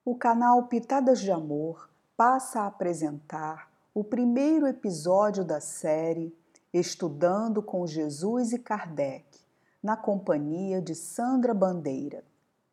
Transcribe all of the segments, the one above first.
O canal Pitadas de Amor passa a apresentar o primeiro episódio da série Estudando com Jesus e Kardec, na companhia de Sandra Bandeira.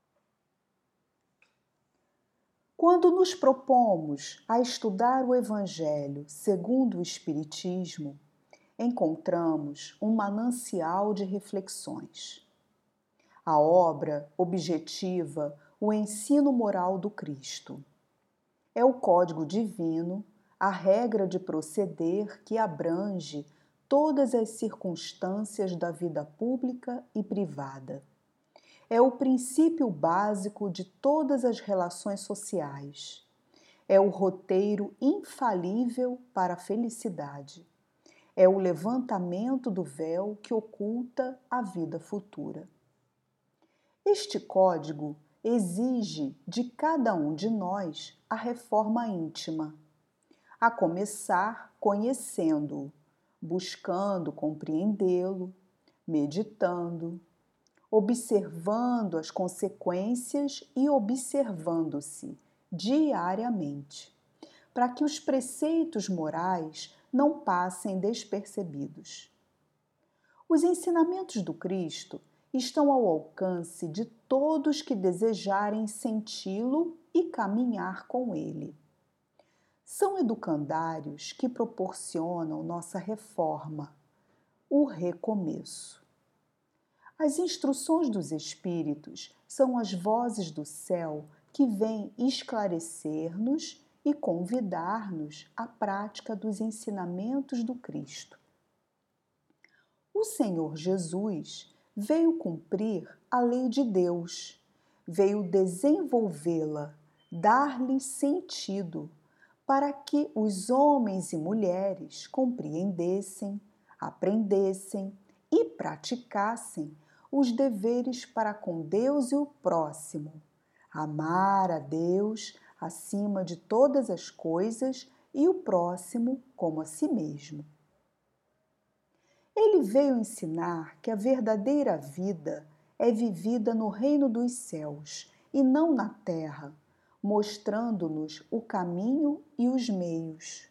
Quando nos propomos a estudar o Evangelho segundo o Espiritismo, encontramos um manancial de reflexões. A obra objetiva o ensino moral do Cristo. É o código divino, a regra de proceder que abrange todas as circunstâncias da vida pública e privada. É o princípio básico de todas as relações sociais. É o roteiro infalível para a felicidade. É o levantamento do véu que oculta a vida futura. Este código exige de cada um de nós a reforma íntima, a começar conhecendo-o, buscando compreendê-lo, meditando, observando as consequências e observando-se diariamente, para que os preceitos morais não passem despercebidos. Os ensinamentos do Cristo estão ao alcance de todos que desejarem senti-lo e caminhar com ele. São educandários que proporcionam nossa reforma, o recomeço. As instruções dos Espíritos são as vozes do céu que vêm esclarecer-nos e convidar-nos à prática dos ensinamentos do Cristo. O Senhor Jesus veio cumprir a lei de Deus, veio desenvolvê-la, dar-lhe sentido, para que os homens e mulheres compreendessem, aprendessem e praticassem os deveres para com Deus e o próximo, amar a Deus acima de todas as coisas e o próximo como a si mesmo. Ele veio ensinar que a verdadeira vida é vivida no reino dos céus e não na terra, mostrando-nos o caminho e os meios.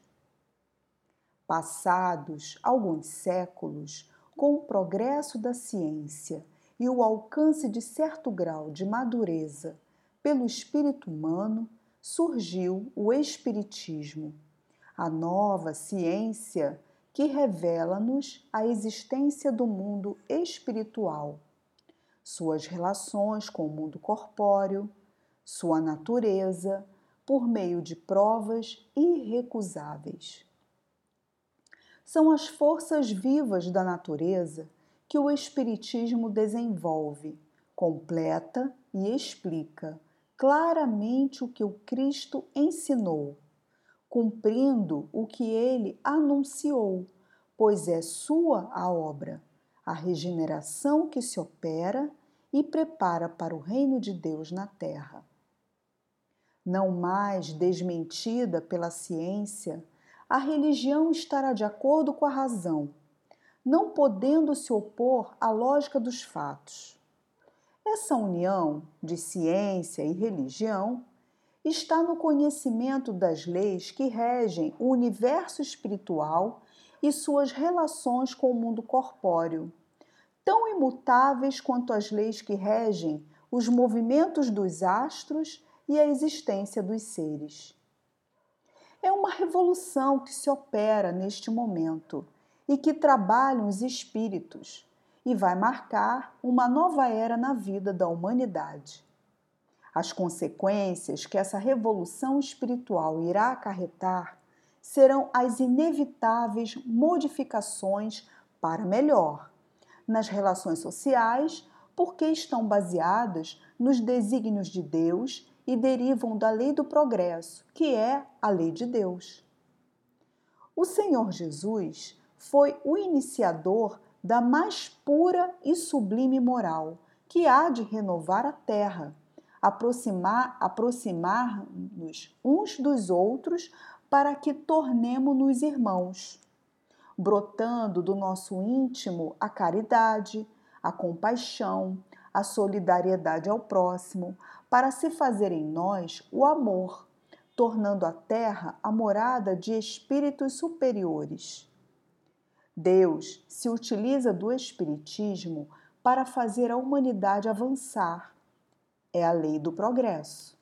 Passados alguns séculos, com o progresso da ciência e o alcance de certo grau de madureza pelo espírito humano, surgiu o Espiritismo, a nova ciência que revela-nos a existência do mundo espiritual, suas relações com o mundo corpóreo, sua natureza, por meio de provas irrecusáveis. São as forças vivas da natureza que o Espiritismo desenvolve, completa e explica claramente o que o Cristo ensinou, cumprindo o que ele anunciou, pois é sua a obra, a regeneração que se opera e prepara para o reino de Deus na terra. Não mais desmentida pela ciência, a religião estará de acordo com a razão, não podendo se opor à lógica dos fatos. Essa união de ciência e religião está no conhecimento das leis que regem o universo espiritual e suas relações com o mundo corpóreo, tão imutáveis quanto as leis que regem os movimentos dos astros e a existência dos seres. É uma revolução que se opera neste momento e que trabalham os espíritos e vai marcar uma nova era na vida da humanidade. As consequências que essa revolução espiritual irá acarretar serão as inevitáveis modificações para melhor nas relações sociais, porque estão baseadas nos desígnios de Deus e derivam da lei do progresso, que é a lei de Deus. O Senhor Jesus foi o iniciador da mais pura e sublime moral, que há de renovar a terra, aproximar-nos uns dos outros para que tornemo-nos irmãos, brotando do nosso íntimo a caridade, a compaixão, a solidariedade ao próximo, para se fazer em nós o amor, tornando a terra a morada de espíritos superiores. Deus se utiliza do Espiritismo para fazer a humanidade avançar. É a lei do progresso.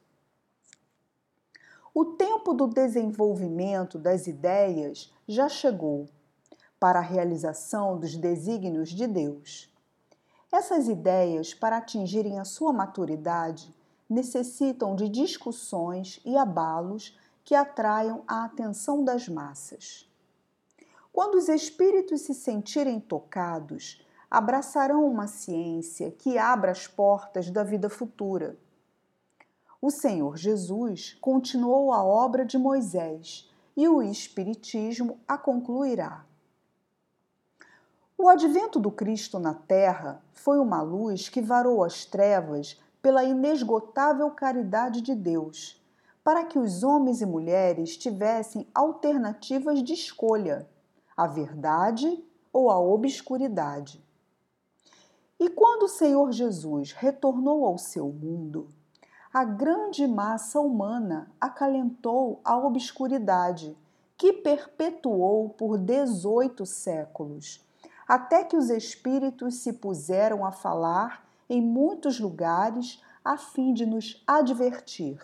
O tempo do desenvolvimento das ideias já chegou para a realização dos desígnios de Deus. Essas ideias, para atingirem a sua maturidade, necessitam de discussões e abalos que atraiam a atenção das massas. Quando os espíritos se sentirem tocados, abraçarão uma ciência que abra as portas da vida futura. O Senhor Jesus continuou a obra de Moisés e o Espiritismo a concluirá. O advento do Cristo na Terra foi uma luz que varou as trevas pela inesgotável caridade de Deus, para que os homens e mulheres tivessem alternativas de escolha, a verdade ou a obscuridade. E quando o Senhor Jesus retornou ao seu mundo, a grande massa humana acalentou a obscuridade, que perpetuou por 18 séculos, até que os espíritos se puseram a falar em muitos lugares a fim de nos advertir.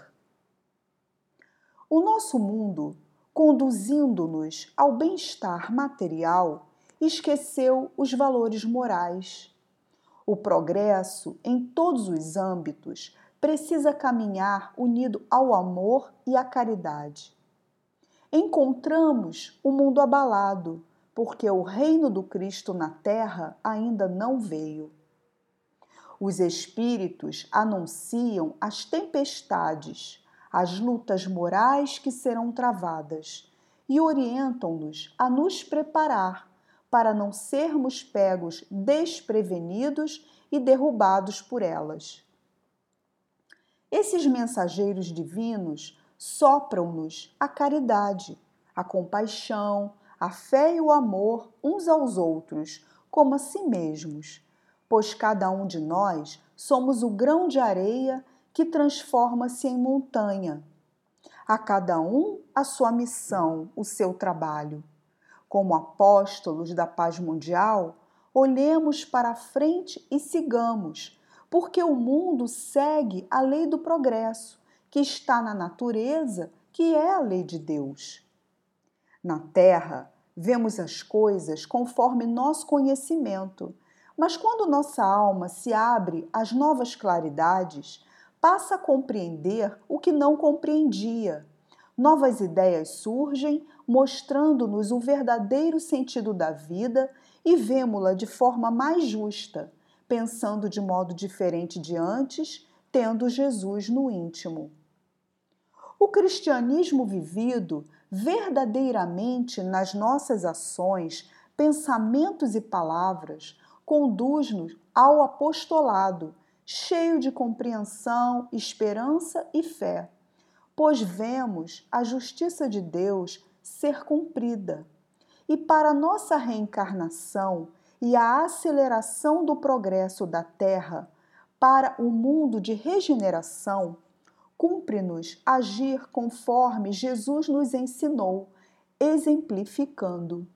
O nosso mundo, conduzindo-nos ao bem-estar material, esqueceu os valores morais. O progresso, em todos os âmbitos, precisa caminhar unido ao amor e à caridade. Encontramos o mundo abalado, porque o reino do Cristo na Terra ainda não veio. Os espíritos anunciam as tempestades, as lutas morais que serão travadas e orientam-nos a nos preparar para não sermos pegos desprevenidos e derrubados por elas. Esses mensageiros divinos sopram-nos a caridade, a compaixão, a fé e o amor uns aos outros, como a si mesmos, pois cada um de nós somos o grão de areia que transforma-se em montanha. A cada um a sua missão, o seu trabalho. Como apóstolos da paz mundial, olhemos para a frente e sigamos, porque o mundo segue a lei do progresso, que está na natureza, que é a lei de Deus. Na Terra, vemos as coisas conforme nosso conhecimento, mas quando nossa alma se abre às novas claridades, passa a compreender o que não compreendia. Novas ideias surgem, mostrando-nos o verdadeiro sentido da vida e vemo-la de forma mais justa, pensando de modo diferente de antes, tendo Jesus no íntimo. O cristianismo vivido verdadeiramente nas nossas ações, pensamentos e palavras conduz-nos ao apostolado, cheio de compreensão, esperança e fé, pois vemos a justiça de Deus ser cumprida. E para nossa reencarnação e a aceleração do progresso da Terra para um mundo de regeneração, cumpre-nos agir conforme Jesus nos ensinou, exemplificando.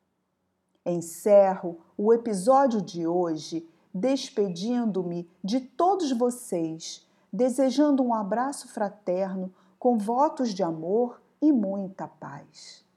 Encerro o episódio de hoje despedindo-me de todos vocês, desejando um abraço fraterno com votos de amor e muita paz.